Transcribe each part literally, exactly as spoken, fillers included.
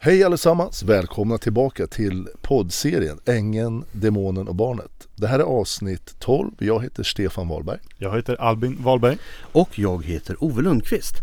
Hej allesammans, välkomna tillbaka till poddserien Ängeln, Demonen och Barnet. Det här är avsnitt tolv, jag heter Stefan Wahlberg. Jag heter Albin Wahlberg. Och jag heter Ove Lundqvist.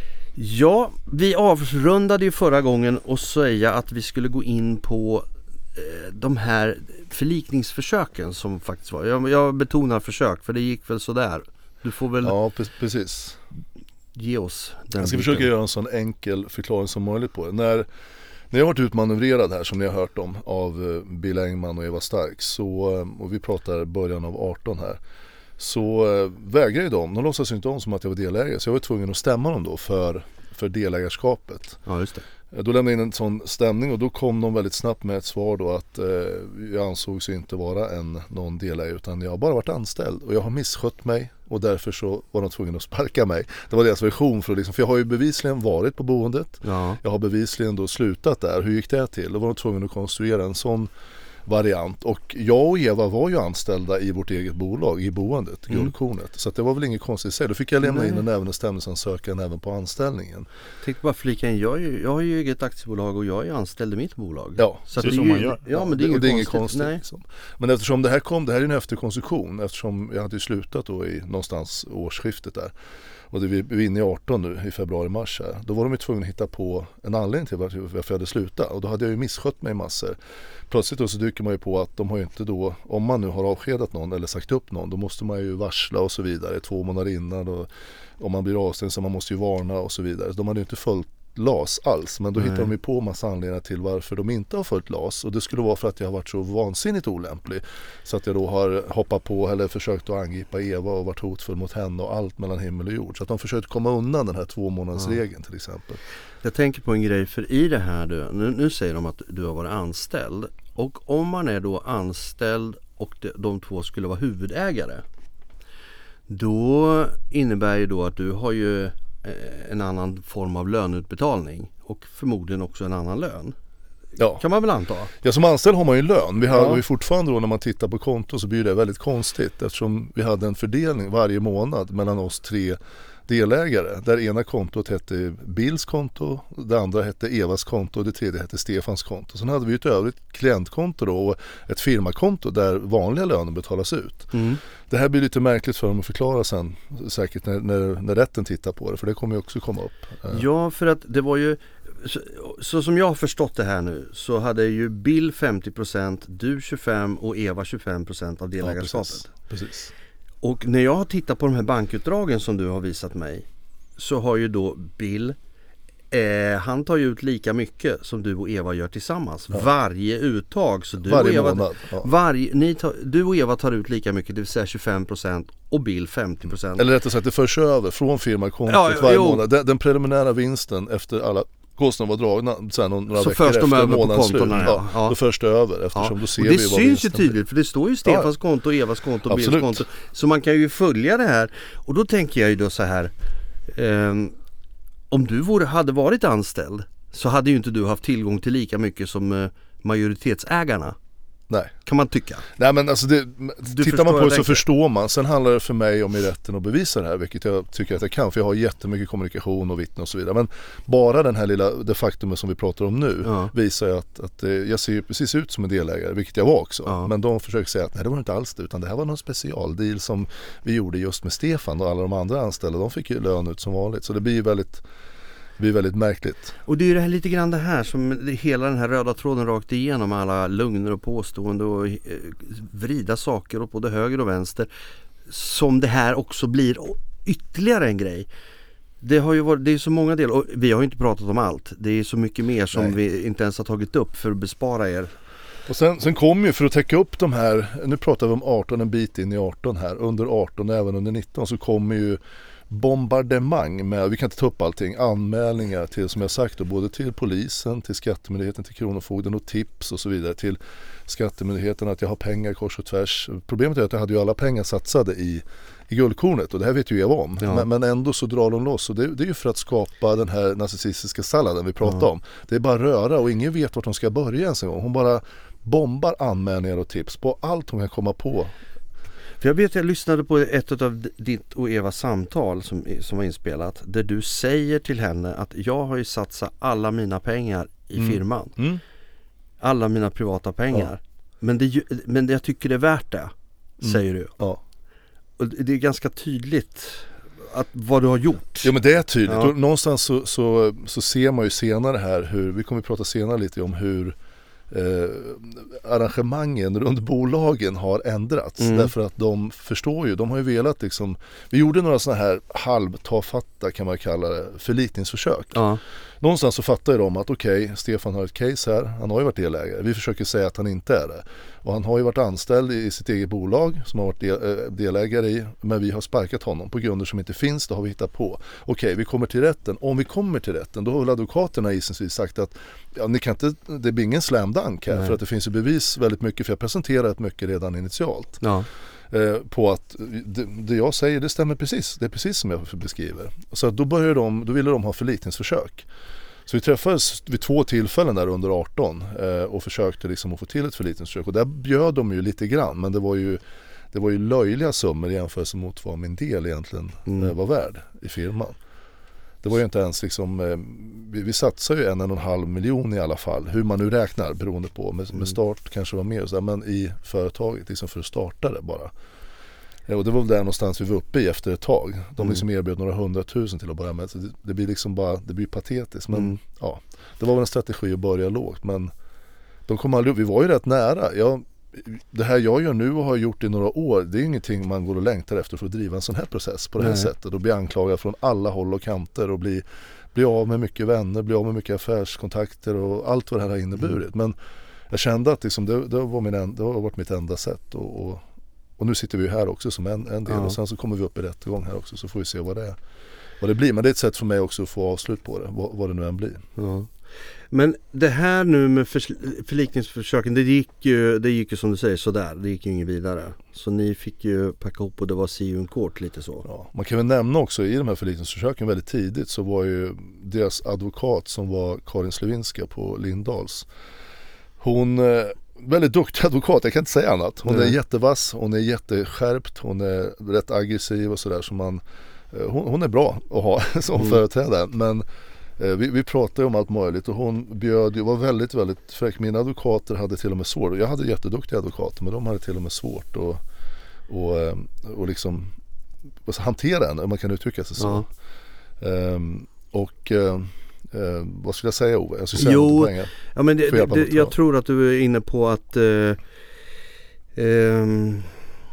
Ja, vi avrundade ju förra gången och säga att vi skulle gå in på eh, de här förlikningsförsöken som faktiskt var. Jag, jag betonar försök för det gick väl sådär. Du får väl Ja, precis. ge oss den Jag ska biten. försöka göra en sån enkel förklaring som möjligt på det. När, när jag har varit utmanövrerad här, som ni har hört om, av Bill Engman och Eva Stark, så, och vi pratar början av arton här, så vägrar ju de. De låtsas inte om som att jag var delägare, så jag var tvungen att stämma dem då för, för delägarskapet. Ja, just det. Då lämnade jag in en sån stämning och då kom de väldigt snabbt med ett svar då att eh, jag ansågs inte vara en, någon delägare, utan jag har bara varit anställd och jag har misskött mig och därför så var de tvungna att sparka mig. Det var deras version för, liksom, för jag har ju bevisligen varit på boendet, Ja. jag har bevisligen då slutat där. Hur gick det till? Då var de tvungna att konstruera en sån variant, och jag och Eva var ju anställda i vårt eget bolag i boendet, mm. Guldkornet, så att det var väl inget konstigt att säga. Då fick jag lämna Nej. in en även en stämningsansökan även på anställningen. Tänkte bara flika in, jag, är ju, jag har ju eget aktiebolag och jag är anställd i mitt bolag. Ja, så att det är det så ju, man gör. Ja, men det är och inget det är inget konstigt. konstigt Nej. liksom. Men eftersom det här kom, det här är en efterkonstruktion, eftersom jag hade ju slutat då i någonstans årsskiftet där, och det vi är inne i arton nu i februari-mars här, då var de ju tvungna att hitta på en anledning till varför jag hade slutat, och då hade jag ju misskött mig massor. Plötsligt då så dyker man ju på att de har ju inte då, om man nu har avskedat någon eller sagt upp någon, då måste man ju varsla och så vidare två månader innan, och om man blir avstängd så man måste ju varna och så vidare. De hade ju inte följt L A S alls, men då Nej. hittar de ju på massa anledningar till varför de inte har följt L A S, och det skulle vara för att jag har varit så vansinnigt olämplig så att jag då har hoppat på eller försökt att angripa Eva och varit hotfull mot henne och allt mellan himmel och jord, så att de försökt komma undan den här två månadsregeln ja. till exempel. Jag tänker på en grej, för i det här du, nu, nu säger de att du har varit anställd, och om man är då anställd och de, de två skulle vara huvudägare, då innebär ju då att du har ju en annan form av löneutbetalning och förmodligen också en annan lön. Ja. Kan man väl anta? Ja, som anställd har man ju lön. Vi har Ja. ju fortfarande då, när man tittar på konto, så blir det väldigt konstigt eftersom vi hade en fördelning varje månad mellan oss tre delägare, där ena kontot hette Bills konto, det andra hette Evas konto och det tredje hette Stefans konto. Sen hade vi ett övrigt klientkonto då, och ett firmakonto där vanliga löner betalas ut. Mm. Det här blir lite märkligt för dem att förklara sen, säkert när, när, när rätten tittar på det, för det kommer ju också komma upp. Ja, för att det var ju så, så som jag har förstått det här nu, så hade ju Bill femtio procent, du tjugofem procent och Eva tjugofem procent av delägarskapet. Ja, precis. precis. Och när jag har tittat på de här bankutdragen som du har visat mig, så har ju då Bill, eh, han tar ju ut lika mycket som du och Eva gör tillsammans. Ja. Varje uttag. Så du varje och Eva, månad. Ja. Varje, ni tar, du och Eva tar ut lika mycket, det vill säga tjugofem procent, och Bill femtio procent. Eller rättare sagt, det förs över från firmakontot ja, varje jo. månad. Den, den preliminära vinsten efter alla kostnader var dragna sen några så veckor förs de efter över på månadens slut. kontona, ja. Ja, då förs det över, eftersom Ja. då ser och det vi vad syns ju vinsten tydligt, blir. för det står ju Stefans Ja. konto, Evas konto och Bills Absolut. konto. Så man kan ju följa det här. Och då tänker jag ju då så här, ehm, om du vore, hade varit anställd, så hade ju inte du haft tillgång till lika mycket som eh, majoritetsägarna. Nej. Kan man tycka. Nej, men alltså det, tittar man på det så tänker. förstår man. Sen handlar det för mig om i rätten att bevisa det här, vilket jag tycker att jag kan, för jag har jättemycket kommunikation och vittnen och så vidare. Men bara den här lilla, det faktum som vi pratar om nu, Ja. visar ju att, att jag ser ju precis ut som en delägare, vilket jag var också. Ja. Men de försöker säga att nej, det var inte alls det, utan det här var någon specialdeal som vi gjorde just med Stefan, och alla de andra anställda, de fick ju lön ut som vanligt. Så det blir ju väldigt Det blir väldigt märkligt. Och det är ju det här lite grann det här som det, hela den här röda tråden rakt igenom, alla lögner och påstående och eh, vrida saker åt både höger och vänster, som det här också blir ytterligare en grej. Det har ju varit, det är så många delar, och vi har ju inte pratat om allt. Det är så mycket mer som Nej. vi inte ens har tagit upp för att bespara er. Och sen, sen kommer ju, för att täcka upp de här, nu pratar vi om arton, en bit in i arton här, under arton och även under nitton, så kommer ju bombardemang med, vi kan inte ta upp allting, anmälningar till, som jag sagt då, både till polisen, till skattemyndigheten, till kronofogden och tips och så vidare till skattemyndigheten att jag har pengar kors och tvärs. Problemet är att jag hade ju alla pengar satsade i, i Guldkornet, och det här vet ju Eva om. Ja. Men, men ändå så drar de loss, och det, det är ju för att skapa den här narcissistiska salladen vi pratar ja. om. Det är bara röra, och ingen vet vart de ska börja ens en gång. Hon bara bombar anmälningar och tips på allt hon kan komma på. För jag vet att jag lyssnade på ett av ditt och Evas samtal som, som var inspelat, där du säger till henne att jag har ju satsat alla mina pengar i mm. firman. Mm. Alla mina privata pengar. Ja. Men, det, men jag tycker det är värt det, mm. säger du. Ja. Och det är ganska tydligt att vad du har gjort. Ja, men det är tydligt. Ja. Och någonstans så, så, så ser man ju senare här hur, vi kommer att prata senare lite om hur eh, arrangemangen runt bolagen har ändrats. Mm. Därför att de förstår ju, de har ju velat liksom, vi gjorde några sådana här halvtafatta kan man kalla det, förlikningsförsök. Ja. Någonstans så fattar ju de att okej, okay, Stefan har ett case här, han har ju varit delägare. Vi försöker säga att han inte är det. Och han har ju varit anställd i sitt eget bolag som har varit del, delägare i, men vi har sparkat honom på grunder som inte finns, det har vi hittat på. Okej, okay, vi kommer till rätten. Om vi kommer till rätten, då har väl advokaterna gissningsvis sagt att ja, ni kan inte, det blir ingen slam dunk här. Nej. För att det finns ju bevis väldigt mycket, för jag presenterat mycket redan initialt. Ja. På att det, det jag säger, det stämmer precis. Det är precis som jag beskriver. Så att då började de, då ville de ha förlikningsförsök. Så vi träffades vid två tillfällen där under arton eh, och försökte liksom att få till ett förlikningsförsök. Och där bjöd de ju lite grann, men det var ju, det var ju löjliga summor i jämförelse mot vad min del egentligen mm. eh, var värd i firman. Det var ju inte ens liksom, eh, vi, vi satsar ju en, en och en halv miljon i alla fall, hur man nu räknar beroende på, med, med start kanske var mer, så där, men i företaget liksom för att starta det bara. Ja, och det var väl där någonstans vi var uppe i efter ett tag. De liksom erbjöd några hundratusen till att börja med, så det, det blir liksom bara, det blir patetiskt, men mm. ja, det var väl en strategi att börja lågt, men de kom aldrig, vi var ju rätt nära. Jag, det här jag gör nu och har gjort i några år, det är ingenting man går och längtar efter för att driva en sån här process på det här Nej. sättet och bli anklagad från alla håll och kanter och bli, bli av med mycket vänner, bli av med mycket affärskontakter och allt vad det här har inneburit. Mm. Men jag kände att liksom det, det, var min, det har varit mitt enda sätt och, och, och nu sitter vi här också som en, en del ja. och sen så kommer vi upp i rättegång här också, så får vi se vad det är, vad det blir. Men det är ett sätt för mig också att få avslut på det, vad, vad det nu än blir. Ja. Men det här nu med för, förlikningsförsöken, det gick ju, det gick ju som du säger sådär, det gick ju inget vidare. Så ni fick ju packa ihop och det var see you in court lite så. Ja, man kan väl nämna också i de här förlikningsförsöken väldigt tidigt så var ju deras advokat som var Karin Slevinska på Lindahls. Hon, väldigt duktig advokat, jag kan inte säga annat. Hon Nej. är jättevass, hon är jätteskärpt, hon är rätt aggressiv och sådär, så man, hon, hon är bra att ha som mm. företrädare, men Vi, vi pratade om allt möjligt och hon bjöd, var väldigt, väldigt fräck. Mina advokater hade till och med svårt, jag hade jätteduktiga advokater, men de hade till och med svårt att och, och liksom hantera en, om man kan uttrycka sig så. Ja. Um, och uh, uh, vad skulle jag säga, Ove? Jag skulle säga jo, ja, men det, det, det, jag tror att du är inne på att uh, um,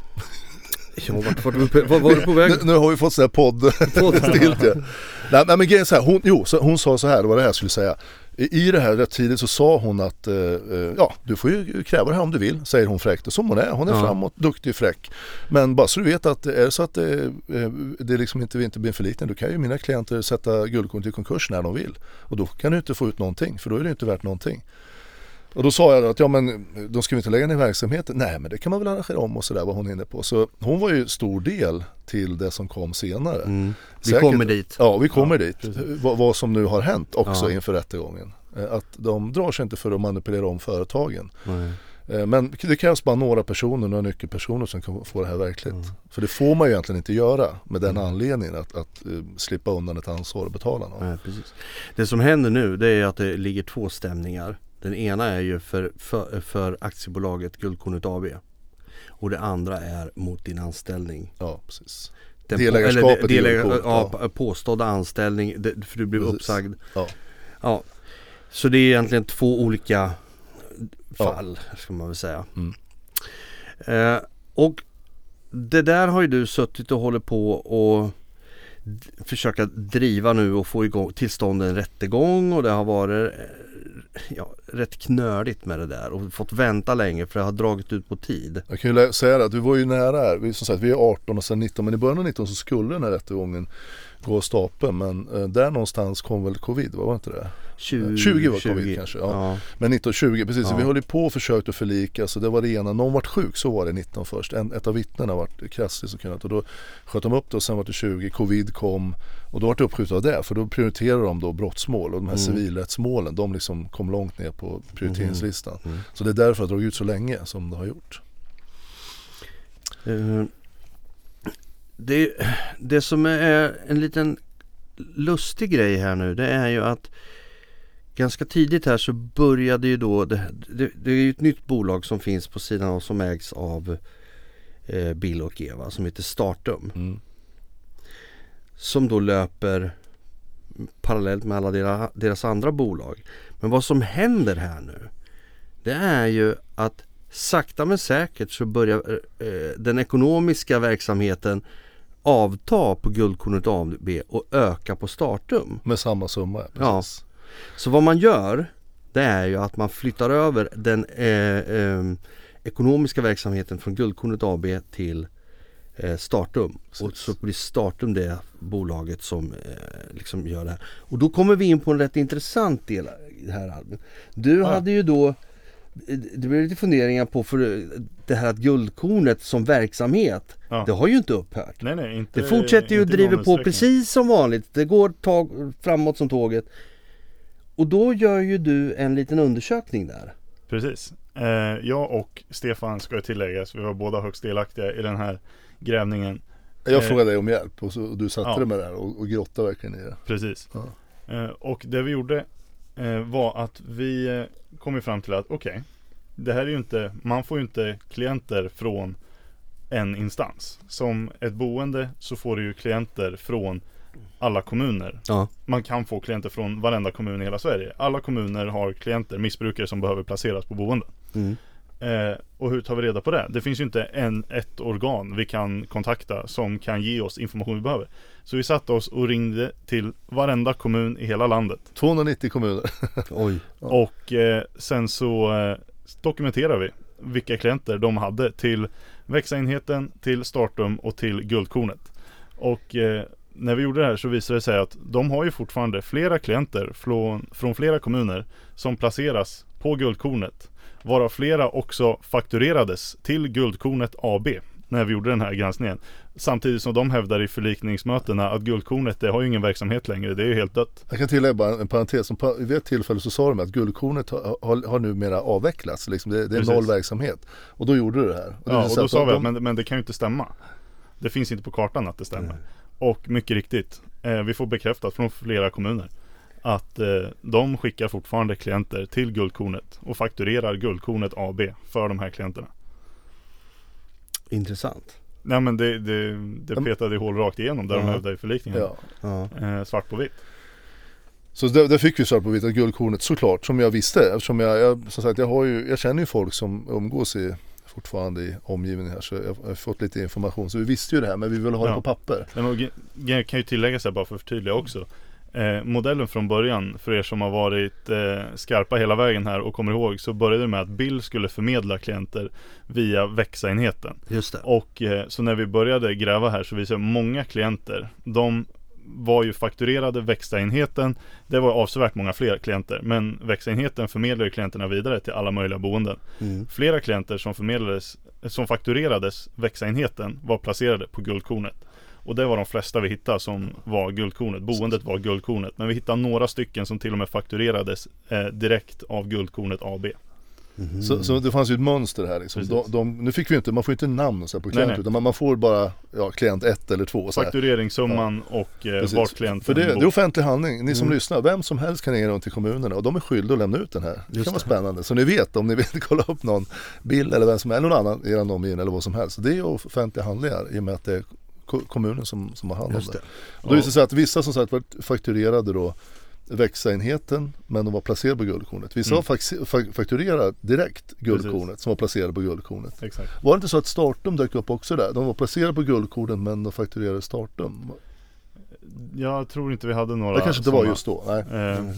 ja, vart var du på, var, var du på väg? Nu, nu har vi fått sån här podd, podd. stilt ja. Nej, nej men grejen så här, hon, jo, så hon sa så här, det var det här jag skulle säga. I, i det här rätt tidigt så sa hon att eh, ja, du får ju kräva det här om du vill, säger hon fräckt. Och som hon är, hon är ja. framåt, duktig, fräck. Men bara så du vet att är det så att det, det liksom inte, inte blir en förlikning, då kan ju mina klienter sätta guldkorn i konkurs när de vill. Och då kan du inte få ut någonting, för då är det inte värt någonting. Och då sa jag att ja, men de ska vi inte lägga ner verksamheten. Nej, men det kan man väl arrangera om och sådär, var hon inne på. Så hon var ju stor del till det som kom senare. Mm. Vi Säkert, kommer dit. Ja, vi kommer ja, dit. Vad, vad som nu har hänt också ja. inför rättegången. Att de drar sig inte för att manipulera om företagen. Nej. Men det krävs bara några personer, några nyckelpersoner som kan få det här verkligt. Mm. För det får man ju egentligen inte göra med den mm. anledningen att, att uh, slippa undan ett ansvar och betala någon. Nej, precis. Det som händer nu, det är att det ligger två stämningar. Den ena är ju för, för, för aktiebolaget Guldkornet A B och det andra är mot din anställning. Ja, precis. Den Delägarskapet på, delägar, Guldkornet, ja, ja. Påstådda anställning, det, för du blev precis. uppsagd. Ja. Ja. Så det är egentligen två olika fall, ja. ska man väl säga. Mm. Eh, och det där har ju du suttit och håller på och d- försöka driva nu och få igång tillstånd en rättegång, och det har varit ja, rätt knödigt med det där och fått vänta länge för det har dragit ut på tid. Jag kan ju säga att vi var ju nära här. Vi, som sagt, vi är arton och sen nitton, men i början av nitton så skulle den här rättegången gå stapeln, men eh, där någonstans kom väl covid, var det inte det? tjugo, tjugo var covid tjugo kanske, ja. ja. Men nitton tjugo, precis, ja. så vi höll på och försökte att förlika, så det var det ena. Någon vart sjuk, så var det nitton först. En, ett av vittnena vart krastigt och kunnat, och då sköt de upp det och sen var det tjugo, covid kom och då var det uppskjutet av det, för då prioriterar de då brottsmål och de här mm. civilrättsmålen, de liksom kom långt ner på prioriteringslistan. Mm. Mm. Så det är därför att det drog ut så länge som det har gjort. Uh, det, det som är en liten lustig grej här nu, det är ju att ganska tidigt här så började ju då, det, det, det är ju ett nytt bolag som finns på sidan av som ägs av eh, Bill och Eva som heter Startum. Mm. Som då löper parallellt med alla deras, deras andra bolag. Men vad som händer här nu, det är ju att sakta men säkert så börjar eh, den ekonomiska verksamheten avta på Guldkornet A B och öka på Startum. Med samma summa, ja. precis. Så vad man gör, det är ju att man flyttar över den eh, eh, ekonomiska verksamheten från Guldkornet A B till eh, Startum. Precis. Och så blir Startum det bolaget som eh, liksom gör det här. Och då kommer vi in på en rätt intressant del i det här Albin. Du ja. hade ju då, det blev lite funderingar på för det här att Guldkornet som verksamhet, ja. det har ju inte upphört. Nej, nej, inte, det fortsätter ju att driva på precis som vanligt. Det går tag, framåt som tåget. Och då gör ju du en liten undersökning där. Precis. Eh, jag och Stefan ska ju tilläggas, vi var båda högst delaktiga i den här grävningen. Jag frågade dig om hjälp och, så, och du satte ja. det med det här och, och grottade verkligen i det. Precis. Ja. Eh, och det vi gjorde eh, var att vi eh, kom fram till att okej, okay, det här är ju inte, man får ju inte klienter från en instans. Som ett boende så får du ju klienter från alla kommuner. Ja. Man kan få klienter från varenda kommun i hela Sverige. Alla kommuner har klienter, missbrukare som behöver placeras på boenden. Mm. Eh, och hur tar vi reda på det? Det finns ju inte en, ett organ vi kan kontakta som kan ge oss information vi behöver. Så vi satte oss och ringde till varenda kommun i hela landet. tvåhundranittio kommuner. Oj. Ja. Och eh, sen så eh, dokumenterar vi vilka klienter de hade till växaenheten, till Startum och till Guldkornet. Och eh, när vi gjorde det här så visade det sig att de har ju fortfarande flera klienter från, från flera kommuner som placeras på Guldkornet. Varav flera också fakturerades till Guldkornet A B när vi gjorde den här granskningen. Samtidigt som de hävdar i förlikningsmötena att Guldkornet, det har ju ingen verksamhet längre, det är ju helt dött. Jag kan tillägga bara en parentes, som på, vid ett tillfälle så sa de att Guldkornet har, har, har numera avvecklats, liksom det, det är noll verksamhet. Och då gjorde du det här. Och ja, och då sa vi att de... men, men det kan ju inte stämma. Det finns inte på kartan att det stämmer. Mm. Och mycket riktigt, eh, vi får bekräftat från flera kommuner att eh, de skickar fortfarande klienter till Guldkornet och fakturerar Guldkornet A B för de här klienterna. Intressant. Nej, men det, det, det petade i hål rakt igenom där mm. de hävdade i förlikningen. Ja. Eh, svart på vitt. Så där, där fick vi svart på vitt att Guldkornet, såklart, som jag visste, eftersom jag, jag, som sagt, jag, har ju, jag känner ju folk som umgås i fortfarande i omgivningen här, så jag har fått lite information, så vi visste ju det här, men vi vill ha ja. det på papper. Jag kan ju tillägga sig bara för att förtydliga också. Eh, modellen från början, för er som har varit eh, skarpa hela vägen här och kommer ihåg, så började det med att Bill skulle förmedla klienter via växaenheten. Just det. Och eh, så när vi började gräva här så visade många klienter, de var ju fakturerade växaenheten. Det var avsevärt många fler klienter, men växaenheten förmedlade klienterna vidare till alla möjliga boenden. Mm. Flera klienter som förmedlades, som fakturerades växaenheten var placerade på Guldkornet. Och det var de flesta vi hittade som var Guldkornet. Boendet var Guldkornet. Men vi hittade några stycken som till och med fakturerades eh, direkt av Guldkornet A B. Mm. Så, så det fanns ju ett mönster här liksom. de, de, Nu fick vi inte, man får inte namn så här på klient, nej, nej. Utan man, man får bara ja, klient ett eller två. Faktureringssumman ja. och eh, vart klienten. För det, det är offentlig handling. Ni som mm. lyssnar, vem som helst kan ringa runt till kommunerna och de är skyldiga att lämna ut den här. Det Just kan det. vara spännande. Så ni vet, om ni vill kolla upp någon bild eller vem som är, eller någon annan i er omgivning eller vad som helst. Så det är ju offentliga handlingar i och med att det är kommunen som, som har hand om det. det. Och då visade det sig att vissa som sagt var fakturerade då växaenheten, men de var placerade på Guldkornet. Vissa mm. har fakturerat direkt Guldkornet. Precis. Som var placerade på Guldkornet. Exakt. Var det inte så att Startum dök upp också där? De var placerade på Guldkornet men de fakturerade Startum. Jag tror inte vi hade några. Det kanske inte såna. var just då. Nej. Eh. Mm.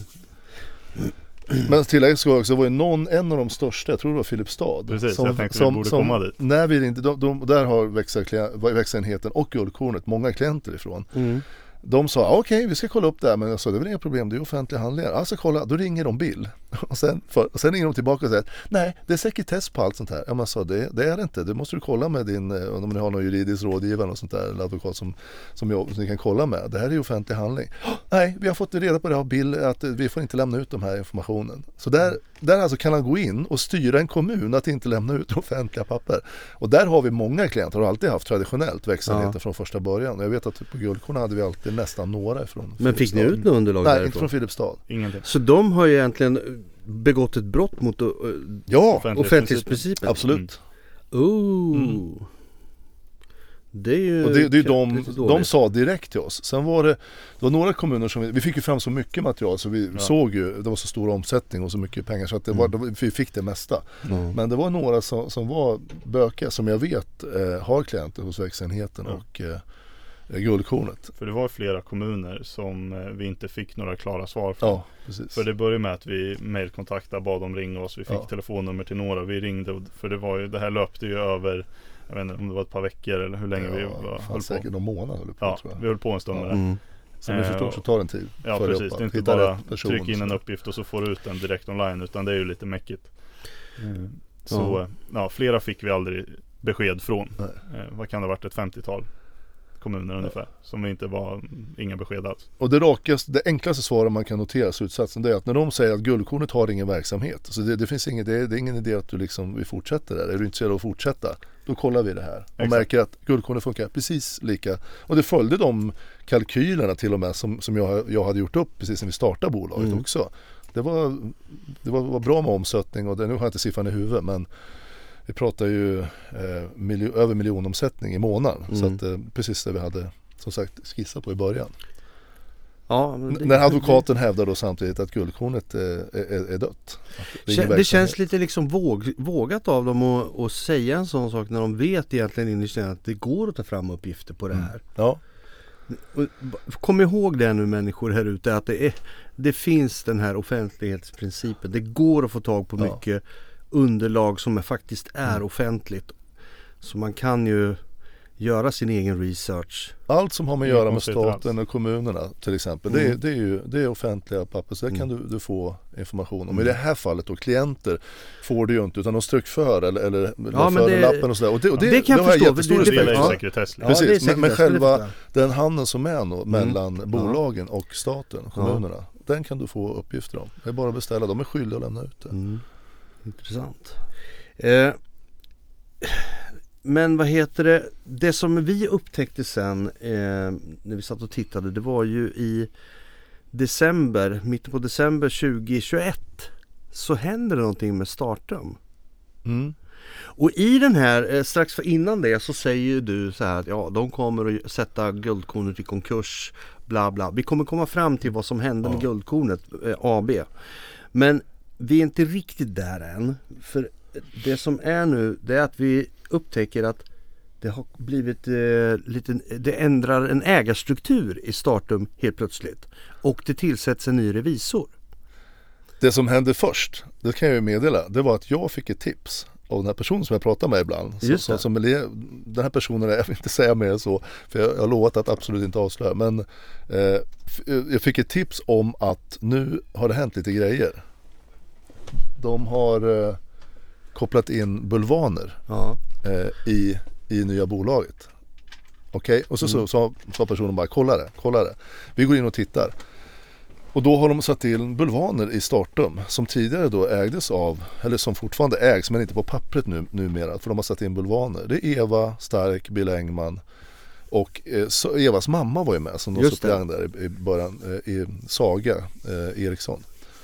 Men tillägget ska också, det var ju någon, en av de största, jag tror det var Filipstad. Precis, som, jag tänkte som, vi borde som, komma dit. När vi inte, de, de, där har växaenheten och Guldkornet många klienter ifrån. Mm. De sa, okej, okay, vi ska kolla upp det här, men jag sa, det är väl inga problem, det är offentliga handlingar. Alltså kolla, då ringer de Bill. Och sen, för, och sen ringer de tillbaka och säger, nej, det är sekretess på allt sånt här. Ja, men sa, det, det är det inte, det måste du kolla med din, om ni har någon juridisk rådgivare och sånt där, eller advokat som, som, jag, som ni kan kolla med. Det här är ju offentlig handling. Oh, nej, vi har fått reda på det av Bill, att vi får inte lämna ut de här informationen. Så där där alltså kan han gå in och styra en kommun att inte lämna ut offentliga papper. Och där har vi många klienter, har alltid haft traditionellt växelheten ja. från första början. Och jag vet att på Guldkorn hade vi alltid nästan några ifrån Men fick ni ut något underlag Nej, därifrån? inte från Filipstad. Ingenting. Så de har ju egentligen begått ett brott mot uh, ja, offentlighetsprincipen? Absolut. Mm. Oh. Mm. Det är ju och det, det är de, de sa direkt till oss. Sen var det, det var några kommuner som vi, vi fick ju fram så mycket material så vi ja. såg ju, det var så stor omsättning och så mycket pengar så att det var, mm. vi fick det mesta. Mm. Men det var några som, som var bökiga som jag vet eh, har klienter hos växenheten ja. och eh, Guldkornet. För det var flera kommuner som eh, vi inte fick några klara svar från. Ja, precis. För det började med att vi mejlkontaktade, bad dem ringa oss, vi fick ja. telefonnummer till några, vi ringde för det var ju, det här löpte ju över jag vet inte om det var ett par veckor eller hur länge ja, vi var, höll på. Säkert någon månad höll på, ja, tror jag. vi höll på en stund med det. Mm. Som ni förstår så tar det en tid. Ja, precis. Upp, det är inte bara trycka in en uppgift och så får du ut den direkt online utan det är ju lite mäckigt. Mm. Så ja. ja, flera fick vi aldrig besked från. Eh, vad kan det ha varit? Ett femtiotal kommuner ja. ungefär som vi inte var inga besked alls. Och det rakaste, det enklaste svaret man kan notera slutsatsen det är att när de säger att Guldkornet har ingen verksamhet så det, det finns inget, det är, det är ingen idé att du liksom vi fortsätter där. Är du intresserad av att fortsätta? Då kollar vi det här och Exakt. märker att Guldkornet funkar precis lika. Och det följde de kalkylerna till och med som, som jag, jag hade gjort upp precis när vi startade bolaget mm. också. Det var, det var, var bra med omsättning och det, nu har jag inte siffran i huvudet men vi pratar ju eh, miljo, över miljonomsättning i månaden. Mm. Så att eh, precis det vi hade som sagt skissat på i början. Ja, det, när advokaten det, hävdar då samtidigt att Guldkornet är, är, är dött. Det, det känns lite liksom våg, vågat av dem att, att säga en sån sak när de vet egentligen innerst att det går att ta fram uppgifter på det här. Mm. Ja. Kom ihåg det nu människor här ute att det, är, det finns den här offentlighetsprincipen. Det går att få tag på mycket ja. underlag som är, faktiskt är mm. offentligt. Så man kan ju göra sin egen research. Allt som har med att göra med staten och kommunerna till exempel, mm. det, är, det, är ju, det är offentliga papper så där mm. kan du, du få information om. Mm. I det här fallet då, klienter får du ju inte utan de strök för eller, eller ja, för det, lappen och sådär. Och det, och det, det kan det jag förstå. Jättestor det, det, det, är sekretess. Ja, precis, ja, men, men själva den handeln som är no, mellan mm. bolagen och staten, kommunerna, ja. den kan du få uppgifter om. Det är bara att beställa, de är skyldiga att lämna ut det. Mm. Intressant. Eh, Men vad heter det, det som vi upptäckte sen eh, när vi satt och tittade, det var ju i december, mitten på december tjugohundratjugoett så händer det någonting med Startum. Mm. Och i den här, eh, strax för innan det så säger du så här att ja, de kommer att sätta Guldkornet i konkurs, bla bla. Vi kommer komma fram till vad som hände ja. med Guldkornet eh, A B. Men vi är inte riktigt där än, för det som är nu det är att vi upptäcker att det har blivit eh, lite, det ändrar en ägarstruktur i Startum helt plötsligt och det tillsätts en ny revisor. Det som hände först, det kan jag ju meddela, det var att jag fick ett tips av den här personen som jag pratar med ibland. Så, så, som den här personen, jag vill inte säga mer så för jag, jag har lovat att absolut inte avslöja, men eh, jag fick ett tips om att nu har det hänt lite grejer. De har eh, kopplat in bulvaner ja. eh, i, i nya bolaget. Okej, okay? Och så, mm. så, så sa personen bara kolla det, kolla det. Vi går in och tittar. Och då har de satt in bulvaner i Startum som tidigare då ägdes av, eller som fortfarande ägs men inte på pappret nu, numera, för de har satt in bulvaner. Det är Eva Stark, Bill Engman och eh, så Evas mamma var ju med som de suppleant där i, i början, eh, i Saga eh, Eriksson.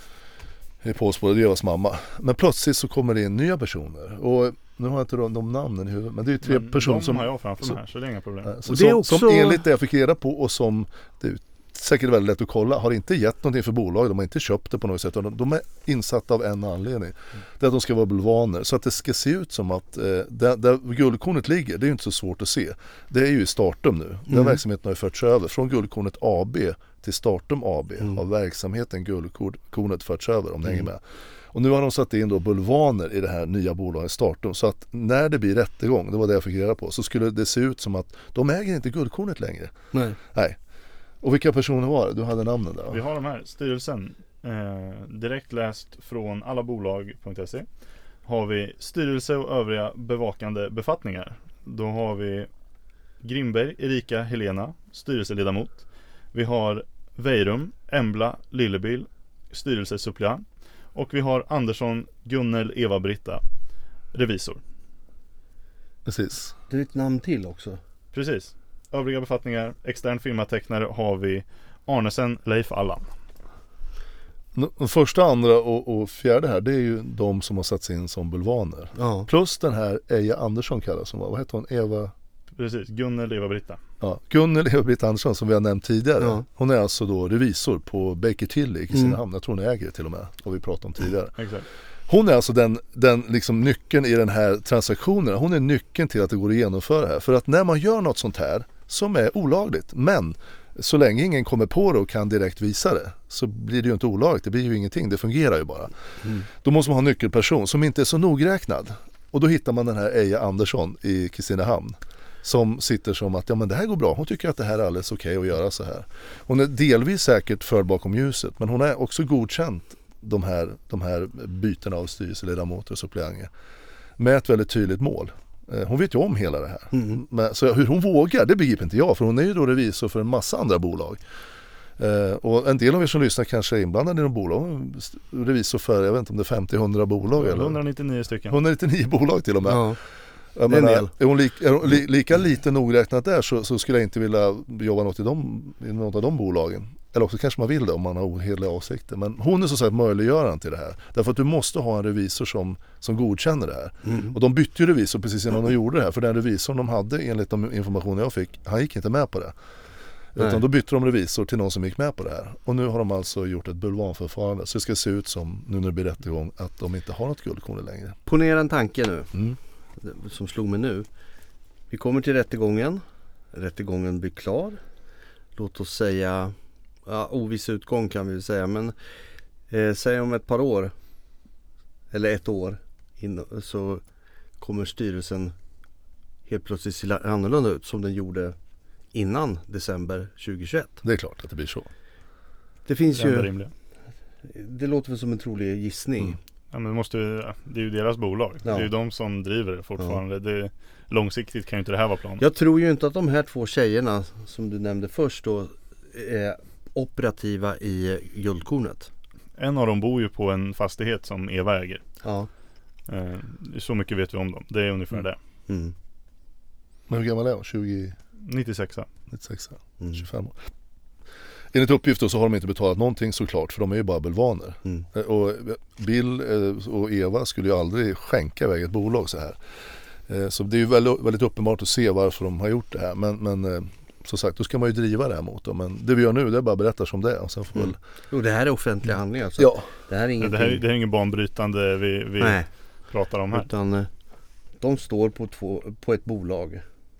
I Påspåret, Evas mamma. Men plötsligt så kommer det in nya personer och nu har jag inte de, de namnen i huvudet, men det är ju tre men personer de som har jag framför mig här, så det är inga problem. Så, det som, också... som enligt det jag fick reda på och som det är säkert väldigt lätt att kolla, har inte gett någonting för bolag, de har inte köpt det på något sätt, de, de är insatta av en anledning. Mm. Det är att de ska vara bulvaner, så att det ska se ut som att eh, där, där Guldkornet ligger, det är ju inte så svårt att se. Det är ju i Startum nu, den mm. verksamheten har ju förts över från Guldkornet A B till Startum A B, mm. av verksamheten Guldkornet förts över, om mm. ni hänger med. Och nu har de satt in då bulvaner i det här nya bolaget Startum, så att när det blir rättegång, det var det jag fick reda på, så skulle det se ut som att de äger inte Guldkornet längre. Nej. Nej. Och vilka personer var det? Du hade namnen där. Vi har de här, styrelsen, eh, direkt läst från allabolag punkt se. Har vi styrelse och övriga bevakande befattningar. Då har vi Grimberg, Erika, Helena, styrelseledamot. Vi har Veirum, Embla, Lillebil, styrelsesuppleant. Och vi har Andersson, Gunnel, Eva-Britta, revisor. Precis. Det är ett namn till också. Precis. Övriga befattningar, extern firmatecknare har vi Arnesen, Leif Allan. Den första, andra och, och fjärde här, det är ju de som har satts in som bulvaner. Ja. Plus den här Eja Andersson kallas som var, vad heter hon? Eva... Precis, Gunnel, Eva-Britta. Ja, Gunnel Eva-Britta Andersson som vi har nämnt tidigare. Ja. Hon är alltså då revisor på Baker Tilly i Kristinehamn. Mm. Jag tror hon äger det till och med, vad vi pratade om tidigare. Exakt. Hon är alltså den, den liksom nyckeln i den här transaktionen. Hon är nyckeln till att det går att genomföra det här. För att när man gör något sånt här som är olagligt, men så länge ingen kommer på det och kan direkt visa det, så blir det ju inte olagligt. Det blir ju ingenting, det fungerar ju bara. Mm. Då måste man ha en nyckelperson som inte är så nogräknad. Och då hittar man den här Eja Andersson i Kristinehamn. Som sitter som att ja, men det här går bra. Hon tycker att det här är alldeles okej att göra så här. Hon är delvis säkert förd bakom ljuset, men hon är också godkänt de här, de här bytena av styrelseledamöter och suppleanter med ett väldigt tydligt mål. Hon vet ju om hela det här. Mm. Men, så hur hon vågar, det begriper inte jag, för hon är ju då revisor för en massa andra bolag. Eh, och en del av er som lyssnar kanske är inblandade i någon bolag. Revisor för, jag vet inte om det är femtio hundra bolag. Eller? etthundranittionio stycken. etthundranittionio bolag till och med. Ja. Jag menar, är, är hon, li, är hon li, lika lite nogräknat där så, så skulle jag inte vilja jobba något i, dem, i något av de bolagen. Eller också kanske man vill det om man har ohederliga avsikter. Men hon är så sagt möjliggöraren till det här. Därför att du måste ha en revisor som, som godkänner det här. Mm. Och de bytte ju revisor precis innan de gjorde det här. För den revisorn de hade enligt de informationer jag fick, han gick inte med på det. Utan Nej. Då bytte de revisor till någon som gick med på det här. Och nu har de alltså gjort ett bulvanförfarande. Så det ska se ut som, nu när det blir rättegång, att de inte har något guldkorn längre. Ponera en tanke nu. Mm. Som slog mig nu. Vi kommer till rättegången. Rättegången blir klar. Låt oss säga, ja, oviss utgång kan vi säga, men eh, säg om ett par år eller ett år in, så kommer styrelsen helt plötsligt se annorlunda ut som den gjorde innan december tjugohundratjugoett. Det är klart att det blir så. Det finns det ju rimliga. Det låter väl som en trolig gissning. Mm. Ja, men det, måste, det är ju deras bolag. Ja. Det är ju de som driver det fortfarande. Ja. Det, långsiktigt kan ju inte det här vara planen. Jag tror ju inte att de här två tjejerna som du nämnde först då är operativa i guldkornet. En av dem bor ju på en fastighet som Eva äger. Ja. Eh, så mycket vet vi om dem. Det är ungefär mm. det. Mm. Men hur gammal är hon? tjugo... nittiosex. nittiosex, mm. tjugofem år. Enligt uppgifter så har de inte betalat någonting såklart, för de är ju bara bulvaner. Mm. Och Bill och Eva skulle ju aldrig skänka iväg ett bolag så här. Så det är ju väldigt, väldigt uppenbart att se varför de har gjort det här. Men, men som sagt, då ska man ju driva det här mot dem. Men det vi gör nu, det är bara att berätta som det är. Och sen får mm. väl... Och det här är offentliga handlingar. Så ja. Det här är ingenting... det, här, det här är ingen banbrytande vi, vi pratar om här. Utan de står på, två, på ett bolag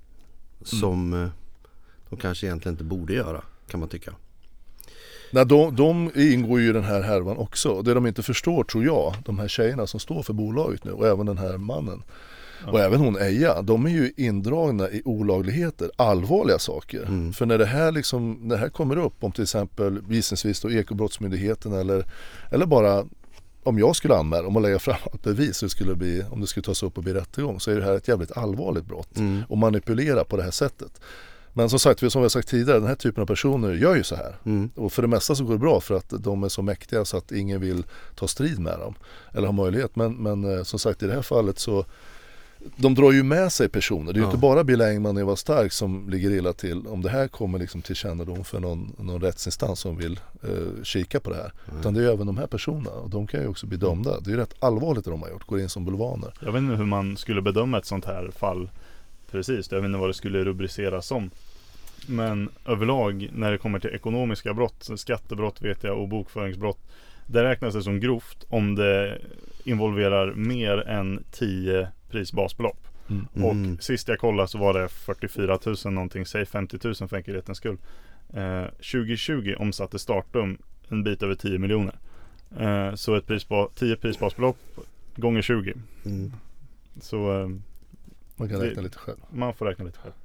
som mm. de kanske egentligen inte borde göra, kan man tycka. Nej, de, de ingår ju i den här härvan också. Det de inte förstår, tror jag, de här tjejerna som står för bolaget nu och även den här mannen ja. Och även hon Eja, de är ju indragna i olagligheter, allvarliga saker. Mm. För när det här liksom, när det här kommer upp om till exempel gissningsvis då Ekobrottsmyndigheten eller, eller bara om jag skulle anmäla, om man lägger fram ett bevis så skulle det bli, om det skulle tas upp och bli rättegång, så är det här ett jävligt allvarligt brott mm. och manipulera på det här sättet. Men som sagt, som vi har sagt tidigare, den här typen av personer gör ju så här. Mm. Och för det mesta så går det bra för att de är så mäktiga så att ingen vill ta strid med dem. Eller ha möjlighet. Men, men som sagt, i det här fallet så de drar ju med sig personer. Det är ju ja. inte bara Bill Engman och Eva Stark som ligger illa till. Om det här kommer liksom till kännedom för någon, någon rättsinstans som vill eh, kika på det här. Mm. Utan det är ju även de här personerna. Och de kan ju också bli dömda. Det är ju rätt allvarligt det de har gjort. Går in som bulvaner. Jag vet inte hur man skulle bedöma ett sånt här fall. Precis, jag vet inte vad det skulle rubriceras som. Men överlag när det kommer till ekonomiska brott, skattebrott vet jag och bokföringsbrott, det räknas det som grovt om det involverar mer än tio prisbasbelopp. Mm. Mm. Och sist jag kollade så var det fyrtiofyra tusen någonting, säg femtio tusen för enkelhetens skull. Eh, tjugohundratjugo omsatte Startum en bit över tio miljoner. Eh, så ett prisba- tio prisbasbelopp gånger tjugo. Mm. Så eh, man kan räkna det, lite själv. Man får räkna lite själv.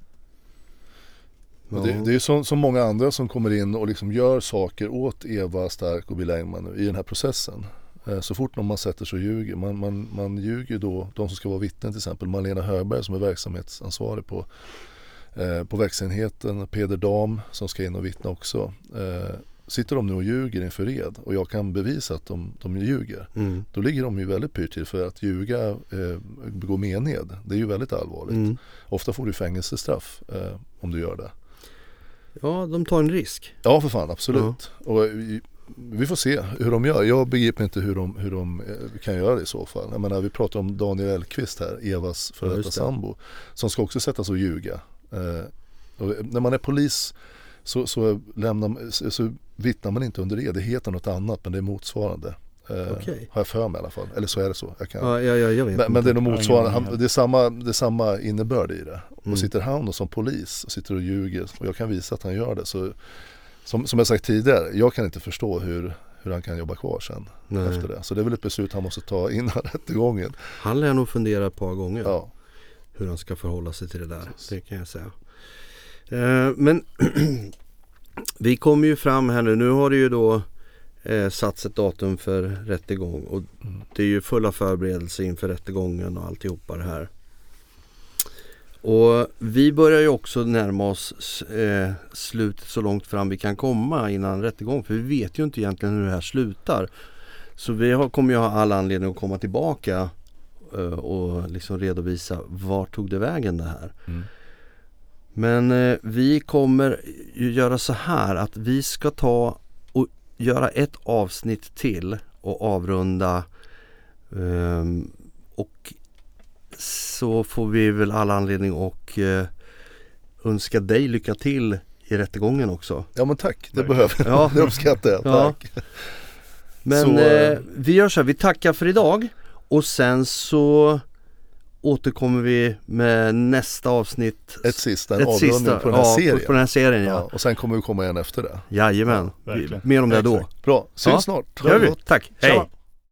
Ja. Det, det är ju så, så många andra som kommer in och liksom gör saker åt Eva Stark och Bill Engman i den här processen. Eh, så fort någon man sätter så ljuger. Man, man, man ljuger då, de som ska vara vittnen till exempel, Malena Högberg som är verksamhetsansvarig på, eh, på växenheten, Peder Dam som ska in och vittna också. Eh, sitter de nu och ljuger inför red och jag kan bevisa att de, de ljuger, Mm. då ligger de ju väldigt pyrt till, för att ljuga, eh, begå mened. Det är ju väldigt allvarligt. Mm. Ofta får du fängelsestraff eh, om du gör det. Ja, de tar en risk. Ja, för fan, absolut. Ja. Och vi, vi får se hur de gör. Jag begriper inte hur de, hur de kan göra det i så fall. Jag menar, vi pratar om Daniel Elkvist här, Evas före detta sambo, som ska också sättas och ljuga. Eh, och när man är polis så, så, lämnar, så, så vittnar man inte under ed. Det heter något annat, men det är motsvarande. Eh, Okay. Har jag för mig i alla fall. Eller så är det så. Jag kan... Ja, ja, ja, jag vet men, men det är nog motsvarande. Han, Han, det, är samma, det är samma innebörd i det. Mm. Och sitter han då som polis och sitter och ljuger, och jag kan visa att han gör det, så som, som jag sagt tidigare, jag kan inte förstå hur, hur han kan jobba kvar sen. Nej. Efter det. Så det är väl ett beslut han måste ta innan rättegången. Han lär nog fundera ett par gånger ja. hur han ska förhålla sig till det där. Precis. Det kan jag säga. Eh, men vi kommer ju fram här nu. Nu har det ju då eh, satts ett datum för rättegång och mm. det är ju fulla förberedelser inför rättegången och alltihopa det här. Och vi börjar ju också närma oss eh, slutet så långt fram vi kan komma innan rättegång, för vi vet ju inte egentligen hur det här slutar. Så vi har, kommer ju ha alla anledning att komma tillbaka eh, och liksom redovisa var tog det vägen det här. Mm. Men eh, vi kommer ju göra så här att vi ska ta och göra ett avsnitt till och avrunda eh, och så får vi väl alla anledning och eh, önska dig lycka till i rättegången också. Ja, men tack, det behöver jag. Ja. Det uppskattar jag, tack. Ja. Men så, eh, vi gör så här, vi tackar för idag och sen så återkommer vi med nästa avsnitt. Ett sista, en ett avrundning sista, på den här ja, serien. På, på den här serien, ja. ja. Och sen kommer vi komma igen efter det. Jajamän, ja, mer om det då. Bra, syns Ja. snart. Gör vi. Tack, hej. Tja.